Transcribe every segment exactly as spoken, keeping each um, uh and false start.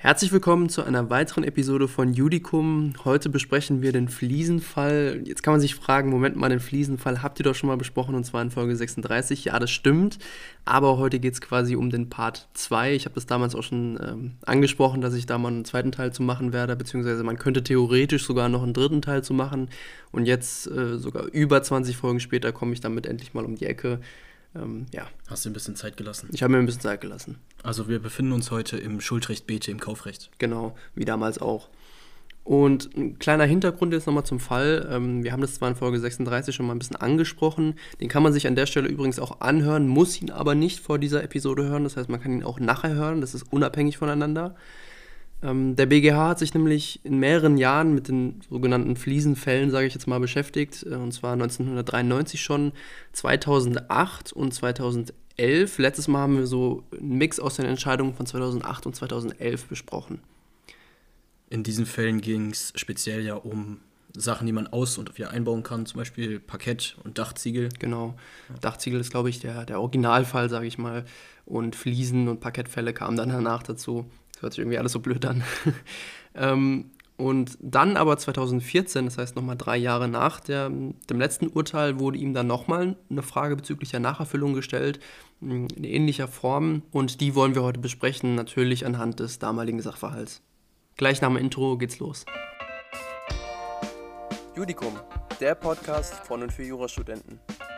Herzlich willkommen zu einer weiteren Episode von Judicum. Heute besprechen wir den Fliesenfall. Jetzt kann man sich fragen, Moment mal, den Fliesenfall habt ihr doch schon mal besprochen, und zwar in Folge sechsunddreißig. Ja, das stimmt, aber heute geht es quasi um den Part zwei. Ich habe das damals auch schon ähm, angesprochen, dass ich da mal einen zweiten Teil zu machen werde, beziehungsweise man könnte theoretisch sogar noch einen dritten Teil zu machen. Und jetzt, äh, sogar über zwanzig Folgen später, komme ich damit endlich mal um die Ecke. Ähm, ja. Hast du ein bisschen Zeit gelassen? Ich habe mir ein bisschen Zeit gelassen. Also wir befinden uns heute im Schuldrecht B T, im Kaufrecht. Genau, wie damals auch. Und ein kleiner Hintergrund jetzt nochmal zum Fall. Ähm, wir haben das zwar in Folge sechsunddreißig schon mal ein bisschen angesprochen. Den kann man sich an der Stelle übrigens auch anhören, muss ihn aber nicht vor dieser Episode hören. Das heißt, man kann ihn auch nachher hören. Das ist unabhängig voneinander. Ähm, der B G H hat sich nämlich in mehreren Jahren mit den sogenannten Fliesenfällen, sage ich jetzt mal, beschäftigt. Äh, und zwar neunzehnhundertdreiundneunzig schon, zweitausendacht und zweitausendelf. Letztes Mal haben wir so einen Mix aus den Entscheidungen von zweitausendacht und zweitausendelf besprochen. In diesen Fällen ging es speziell ja um Sachen, die man aus- und wieder einbauen kann, zum Beispiel Parkett und Dachziegel. Genau, ja. Dachziegel ist, glaube ich, der, der Originalfall, sage ich mal. Und Fliesen- und Parkettfälle kamen dann danach dazu. Das hört sich irgendwie alles so blöd an. ähm, und dann aber zweitausendvierzehn, das heißt nochmal drei Jahre nach der, dem letzten Urteil, wurde ihm dann nochmal eine Frage bezüglich der Nacherfüllung gestellt, in ähnlicher Form. Und die wollen wir heute besprechen, natürlich anhand des damaligen Sachverhalts. Gleich nach dem Intro geht's los. Judicum, der Podcast von und für Jurastudenten.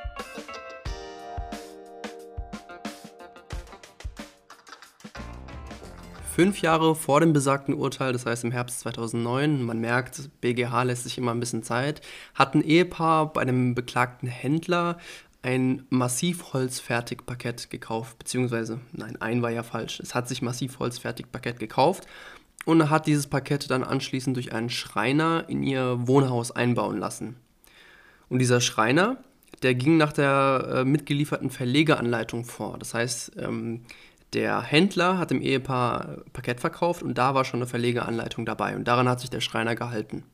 Fünf Jahre vor dem besagten Urteil, das heißt im Herbst zweitausendneun, man merkt, B G H lässt sich immer ein bisschen Zeit, hat ein Ehepaar bei einem beklagten Händler ein Massivholzfertigparkett gekauft, beziehungsweise, nein, ein war ja falsch, es hat sich Massivholzfertigparkett gekauft und hat dieses Parkett dann anschließend durch einen Schreiner in ihr Wohnhaus einbauen lassen. Und dieser Schreiner, der ging nach der äh, mitgelieferten Verlegeanleitung vor, das heißt, ähm, der Händler hat dem Ehepaar Parkett verkauft und da war schon eine Verlegeanleitung dabei und daran hat sich der Schreiner gehalten.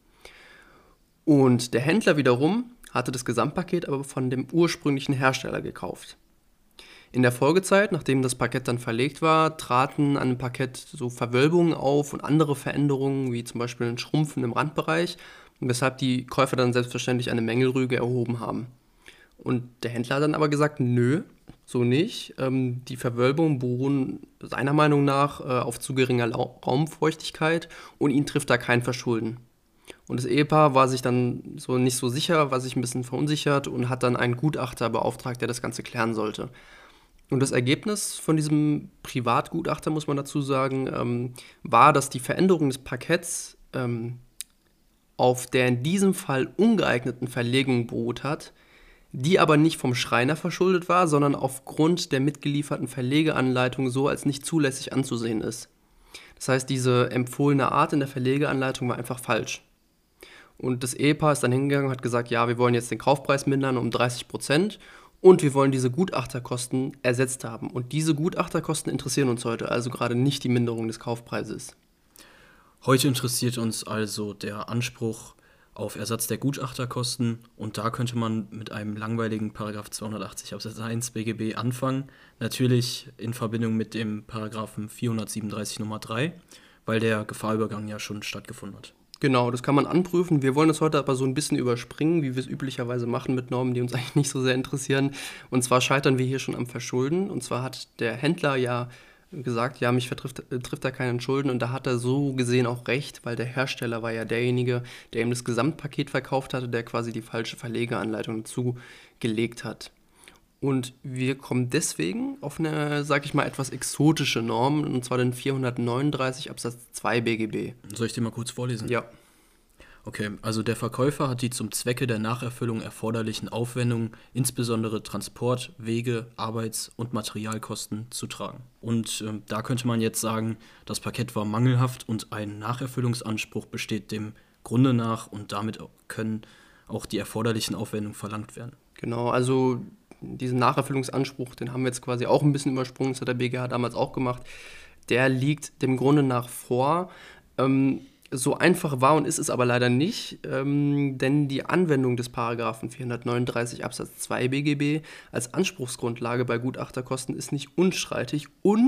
Und der Händler wiederum hatte das Gesamtpaket aber von dem ursprünglichen Hersteller gekauft. In der Folgezeit, nachdem das Parkett dann verlegt war, traten an dem Parkett so Verwölbungen auf und andere Veränderungen, wie zum Beispiel ein Schrumpfen im Randbereich, weshalb die Käufer dann selbstverständlich eine Mängelrüge erhoben haben. Und der Händler hat dann aber gesagt, nö, so nicht. Ähm, die Verwölbungen beruhen seiner Meinung nach äh, auf zu geringer Lau- Raumfeuchtigkeit und ihn trifft da kein Verschulden. Und das Ehepaar war sich dann so nicht so sicher, war sich ein bisschen verunsichert und hat dann einen Gutachter beauftragt, der das Ganze klären sollte. Und das Ergebnis von diesem Privatgutachter, muss man dazu sagen, ähm, war, dass die Veränderung des Parketts ähm, auf der in diesem Fall ungeeigneten Verlegung beruht hat, die aber nicht vom Schreiner verschuldet war, sondern aufgrund der mitgelieferten Verlegeanleitung so als nicht zulässig anzusehen ist. Das heißt, diese empfohlene Art in der Verlegeanleitung war einfach falsch. Und das Ehepaar ist dann hingegangen und hat gesagt, ja, wir wollen jetzt den Kaufpreis mindern um dreißig Prozent und wir wollen diese Gutachterkosten ersetzt haben. Und diese Gutachterkosten interessieren uns heute, also gerade nicht die Minderung des Kaufpreises. Heute interessiert uns also der Anspruch auf Ersatz der Gutachterkosten und da könnte man mit einem langweiligen Paragraph zweihundertachtzig Absatz eins B G B anfangen. Natürlich in Verbindung mit dem Paragraphen vierhundertsiebenunddreißig Nummer drei, weil der Gefahrübergang ja schon stattgefunden hat. Genau, das kann man anprüfen. Wir wollen das heute aber so ein bisschen überspringen, wie wir es üblicherweise machen mit Normen, die uns eigentlich nicht so sehr interessieren. Und zwar scheitern wir hier schon am Verschulden. Und zwar hat der Händler ja gesagt, ja, mich vertrifft, äh, trifft da keinen Schulden. Und da hat er so gesehen auch recht, weil der Hersteller war ja derjenige, der ihm das Gesamtpaket verkauft hatte, der quasi die falsche Verlegeanleitung dazu gelegt hat. Und wir kommen deswegen auf eine, sag ich mal, etwas exotische Norm, und zwar den vierhundertneununddreißig Absatz zwei B G B. Soll ich dir mal kurz vorlesen? Ja. Okay, also der Verkäufer hat die zum Zwecke der Nacherfüllung erforderlichen Aufwendungen, insbesondere Transport-, Wege-, Arbeits- und Materialkosten zu tragen. Und äh, da könnte man jetzt sagen, das Parkett war mangelhaft und ein Nacherfüllungsanspruch besteht dem Grunde nach und damit können auch die erforderlichen Aufwendungen verlangt werden. Genau, also diesen Nacherfüllungsanspruch, den haben wir jetzt quasi auch ein bisschen übersprungen, das hat der B G H damals auch gemacht. Der liegt dem Grunde nach vor. Ähm, So einfach war und ist es aber leider nicht, ähm, denn die Anwendung des Paragraphen vierhundertneununddreißig Absatz zwei B G B als Anspruchsgrundlage bei Gutachterkosten ist nicht unstreitig und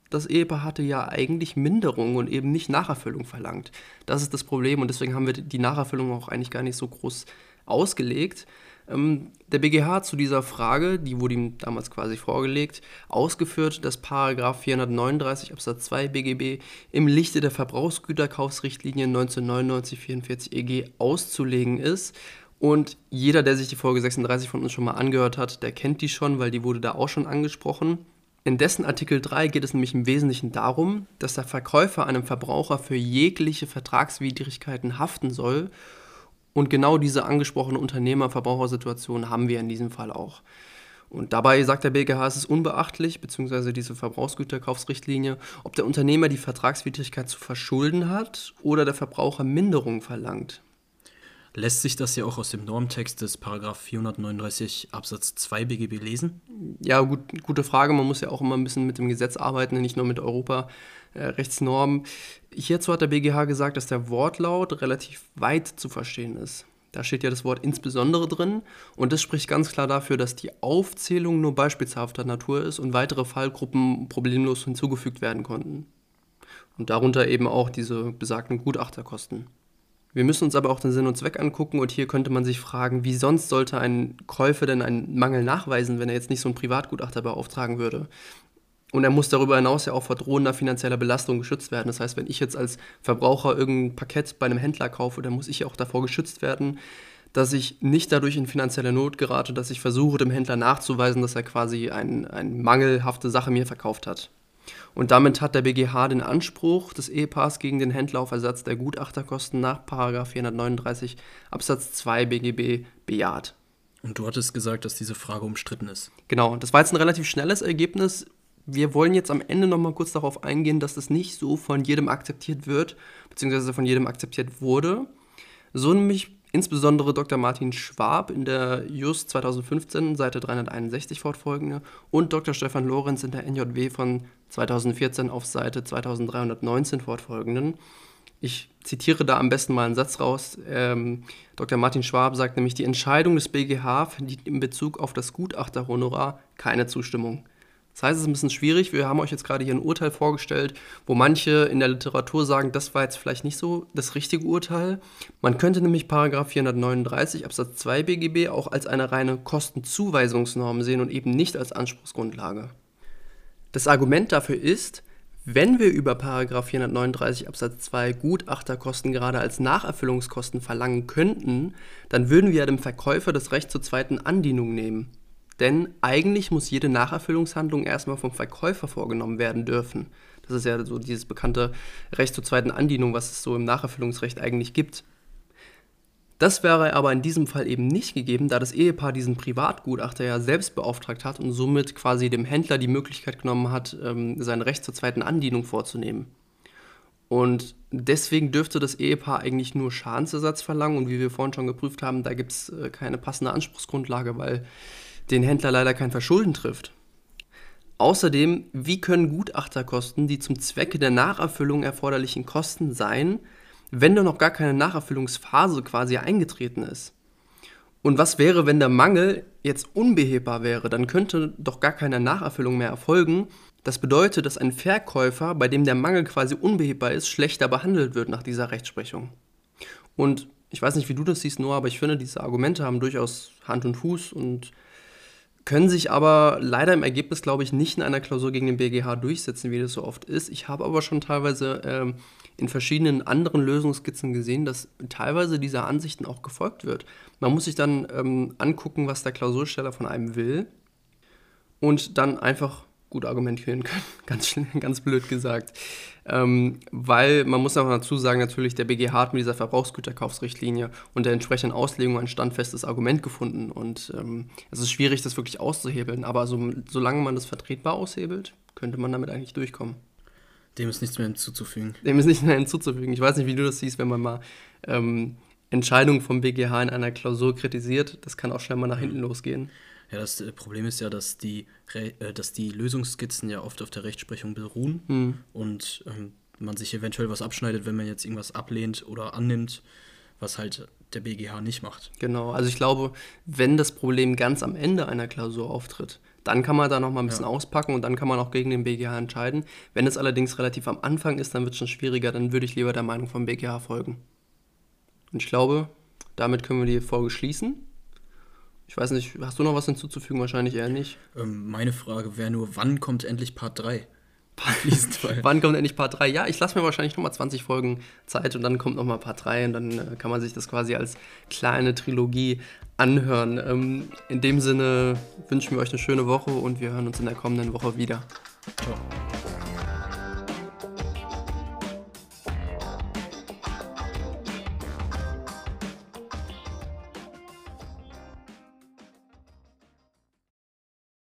das Ehepaar hatte ja eigentlich Minderung und eben nicht Nacherfüllung verlangt. Das ist das Problem und deswegen haben wir die Nacherfüllung auch eigentlich gar nicht so groß ausgelegt. Ähm, der B G H hat zu dieser Frage, die wurde ihm damals quasi vorgelegt, ausgeführt, dass Paragraph vierhundertneununddreißig Absatz zwei B G B im Lichte der Verbrauchsgüterkaufsrichtlinie neunzehnhundertneunundneunzig vierundvierzig E G auszulegen ist. Und jeder, der sich die Folge sechsunddreißig von uns schon mal angehört hat, der kennt die schon, weil die wurde da auch schon angesprochen. In dessen Artikel drei geht es nämlich im Wesentlichen darum, dass der Verkäufer einem Verbraucher für jegliche Vertragswidrigkeiten haften soll. Und genau diese angesprochene Unternehmer-Verbrauchersituation haben wir in diesem Fall auch. Und dabei sagt der B G H, es ist unbeachtlich, beziehungsweise diese Verbrauchsgüterkaufsrichtlinie, ob der Unternehmer die Vertragswidrigkeit zu verschulden hat oder der Verbraucher Minderung verlangt. Lässt sich das ja auch aus dem Normtext des Paragraph vierhundertneununddreißig Absatz zwei B G B lesen? Ja, gut, gute Frage. Man muss ja auch immer ein bisschen mit dem Gesetz arbeiten, nicht nur mit Europarechtsnormen. Hierzu hat der B G H gesagt, dass der Wortlaut relativ weit zu verstehen ist. Da steht ja das Wort insbesondere drin und das spricht ganz klar dafür, dass die Aufzählung nur beispielhafter Natur ist und weitere Fallgruppen problemlos hinzugefügt werden konnten. Und darunter eben auch diese besagten Gutachterkosten. Wir müssen uns aber auch den Sinn und Zweck angucken und hier könnte man sich fragen, wie sonst sollte ein Käufer denn einen Mangel nachweisen, wenn er jetzt nicht so einen Privatgutachter beauftragen würde. Und er muss darüber hinaus ja auch vor drohender finanzieller Belastung geschützt werden. Das heißt, wenn ich jetzt als Verbraucher irgendein Paket bei einem Händler kaufe, dann muss ich ja auch davor geschützt werden, dass ich nicht dadurch in finanzielle Not gerate, dass ich versuche, dem Händler nachzuweisen, dass er quasi ein, eine mangelhafte Sache mir verkauft hat. Und damit hat der B G H den Anspruch des Ehepaars gegen den Händler auf Ersatz der Gutachterkosten nach Paragraph vierhundertneununddreißig Absatz zwei B G B bejaht. Und du hattest gesagt, dass diese Frage umstritten ist. Genau, das war jetzt ein relativ schnelles Ergebnis. Wir wollen jetzt am Ende nochmal kurz darauf eingehen, dass das nicht so von jedem akzeptiert wird, beziehungsweise von jedem akzeptiert wurde. So nämlich insbesondere Doktor Martin Schwab in der Just zweitausendfünfzehn, Seite dreihunderteinundsechzig fortfolgende und Doktor Stefan Lorenz in der N J W von zweitausendvierzehn auf Seite zweitausenddreihundertneunzehn fortfolgenden. Ich zitiere da am besten mal einen Satz raus. Ähm, Doktor Martin Schwab sagt nämlich, die Entscheidung des B G H verdient in Bezug auf das Gutachterhonorar keine Zustimmung. Das heißt, es ist ein bisschen schwierig. Wir haben euch jetzt gerade hier ein Urteil vorgestellt, wo manche in der Literatur sagen, das war jetzt vielleicht nicht so das richtige Urteil. Man könnte nämlich Paragraph vierhundertneununddreißig Absatz zwei B G B auch als eine reine Kostenzuweisungsnorm sehen und eben nicht als Anspruchsgrundlage. Das Argument dafür ist, wenn wir über Paragraph vierhundertneununddreißig Absatz zwei Gutachterkosten gerade als Nacherfüllungskosten verlangen könnten, dann würden wir dem Verkäufer das Recht zur zweiten Andienung nehmen. Denn eigentlich muss jede Nacherfüllungshandlung erstmal vom Verkäufer vorgenommen werden dürfen. Das ist ja so dieses bekannte Recht zur zweiten Andienung, was es so im Nacherfüllungsrecht eigentlich gibt. Das wäre aber in diesem Fall eben nicht gegeben, da das Ehepaar diesen Privatgutachter ja selbst beauftragt hat und somit quasi dem Händler die Möglichkeit genommen hat, sein Recht zur zweiten Andienung vorzunehmen. Und deswegen dürfte das Ehepaar eigentlich nur Schadensersatz verlangen und wie wir vorhin schon geprüft haben, da gibt es keine passende Anspruchsgrundlage, weil den Händler leider kein Verschulden trifft. Außerdem, wie können Gutachterkosten die zum Zwecke der Nacherfüllung erforderlichen Kosten sein, wenn da noch gar keine Nacherfüllungsphase quasi eingetreten ist? Und was wäre, wenn der Mangel jetzt unbehebbar wäre? Dann könnte doch gar keine Nacherfüllung mehr erfolgen. Das bedeutet, dass ein Verkäufer, bei dem der Mangel quasi unbehebbar ist, schlechter behandelt wird nach dieser Rechtsprechung. Und ich weiß nicht, wie du das siehst, Noah, aber ich finde, diese Argumente haben durchaus Hand und Fuß und können sich aber leider im Ergebnis, glaube ich, nicht in einer Klausur gegen den B G H durchsetzen, wie das so oft ist. Ich habe aber schon teilweise ähm, in verschiedenen anderen Lösungsskizzen gesehen, dass teilweise dieser Ansichten auch gefolgt wird. Man muss sich dann ähm, angucken, was der Klausursteller von einem will und dann einfach gut argumentieren können, ganz, ganz blöd gesagt. Ähm, weil man muss auch dazu sagen, natürlich der B G H hat mit dieser Verbrauchsgüterkaufsrichtlinie und der entsprechenden Auslegung ein standfestes Argument gefunden und ähm, es ist schwierig, das wirklich auszuhebeln, aber so, solange man das vertretbar aushebelt, könnte man damit eigentlich durchkommen. Dem ist nichts mehr hinzuzufügen. Dem ist nichts mehr hinzuzufügen. Ich weiß nicht, wie du das siehst, wenn man mal ähm, Entscheidungen vom B G H in einer Klausur kritisiert, das kann auch schnell mal nach hinten losgehen. Ja, das Problem ist ja, dass die, äh, dass die Lösungsskizzen ja oft auf der Rechtsprechung beruhen hm. und ähm, man sich eventuell was abschneidet, wenn man jetzt irgendwas ablehnt oder annimmt, was halt der B G H nicht macht. Genau, also ich glaube, wenn das Problem ganz am Ende einer Klausur auftritt, Dann kann man da noch mal ein bisschen Ja. auspacken und dann kann man auch gegen den B G H entscheiden. Wenn es allerdings relativ am Anfang ist, dann wird es schon schwieriger, dann würde ich lieber der Meinung vom B G H folgen. Und ich glaube, damit können wir die Folge schließen. Ich weiß nicht, hast du noch was hinzuzufügen? Wahrscheinlich eher nicht. Ähm, meine Frage wäre nur, wann kommt endlich Part drei? Fließend, Wann kommt endlich Part drei? Ja, ich lasse mir wahrscheinlich nochmal zwanzig Folgen Zeit und dann kommt nochmal Part drei und dann äh, kann man sich das quasi als kleine Trilogie anhören. Ähm, in dem Sinne wünschen wir euch eine schöne Woche und wir hören uns in der kommenden Woche wieder. Ciao.